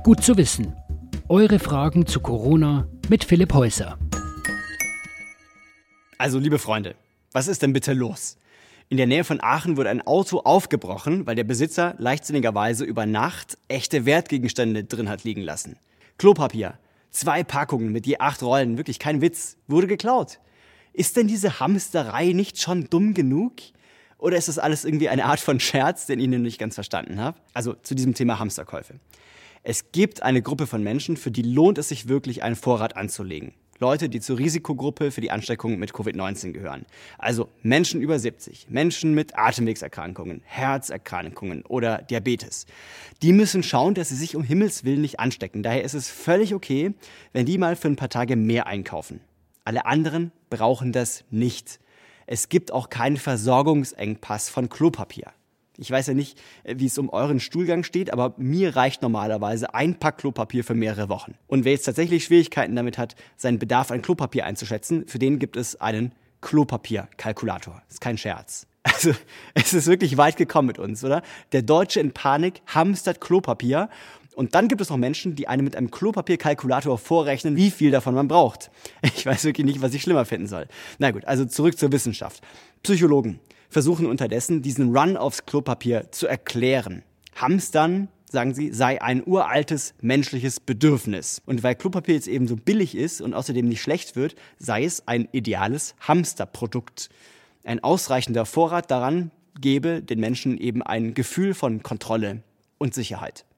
Gut zu wissen. Eure Fragen zu Corona mit Philipp Häuser. Also, liebe Freunde, was ist denn bitte los? In der Nähe von Aachen wurde ein Auto aufgebrochen, weil der Besitzer leichtsinnigerweise über Nacht echte Wertgegenstände drin hat liegen lassen. Klopapier, 2 Packungen mit je 8 Rollen, wirklich kein Witz, wurde geklaut. Ist denn diese Hamsterei nicht schon dumm genug? Oder ist das alles irgendwie eine Art von Scherz, den ich noch nicht ganz verstanden habe? Also zu diesem Thema Hamsterkäufe. Es gibt eine Gruppe von Menschen, für die lohnt es sich wirklich, einen Vorrat anzulegen. Leute, die zur Risikogruppe für die Ansteckung mit Covid-19 gehören. Also Menschen über 70, Menschen mit Atemwegserkrankungen, Herzerkrankungen oder Diabetes. Die müssen schauen, dass sie sich um Himmels Willen nicht anstecken. Daher ist es völlig okay, wenn die mal für ein paar Tage mehr einkaufen. Alle anderen brauchen das nicht. Es gibt auch keinen Versorgungsengpass von Klopapier. Ich weiß ja nicht, wie es um euren Stuhlgang steht, aber mir reicht normalerweise ein Pack Klopapier für mehrere Wochen. Und wer jetzt tatsächlich Schwierigkeiten damit hat, seinen Bedarf an Klopapier einzuschätzen, für den gibt es einen Klopapierkalkulator. Das ist kein Scherz. Also, es ist wirklich weit gekommen mit uns, oder? Der Deutsche in Panik hamstert Klopapier. Und dann gibt es noch Menschen, die einem mit einem Klopapierkalkulator vorrechnen, wie viel davon man braucht. Ich weiß wirklich nicht, was ich schlimmer finden soll. Na gut, also zurück zur Wissenschaft. Psychologen versuchen unterdessen, diesen Run aufs Klopapier zu erklären. Hamstern, sagen sie, sei ein uraltes menschliches Bedürfnis. Und weil Klopapier jetzt eben so billig ist und außerdem nicht schlecht wird, sei es ein ideales Hamsterprodukt. Ein ausreichender Vorrat daran gebe den Menschen eben ein Gefühl von Kontrolle und Sicherheit.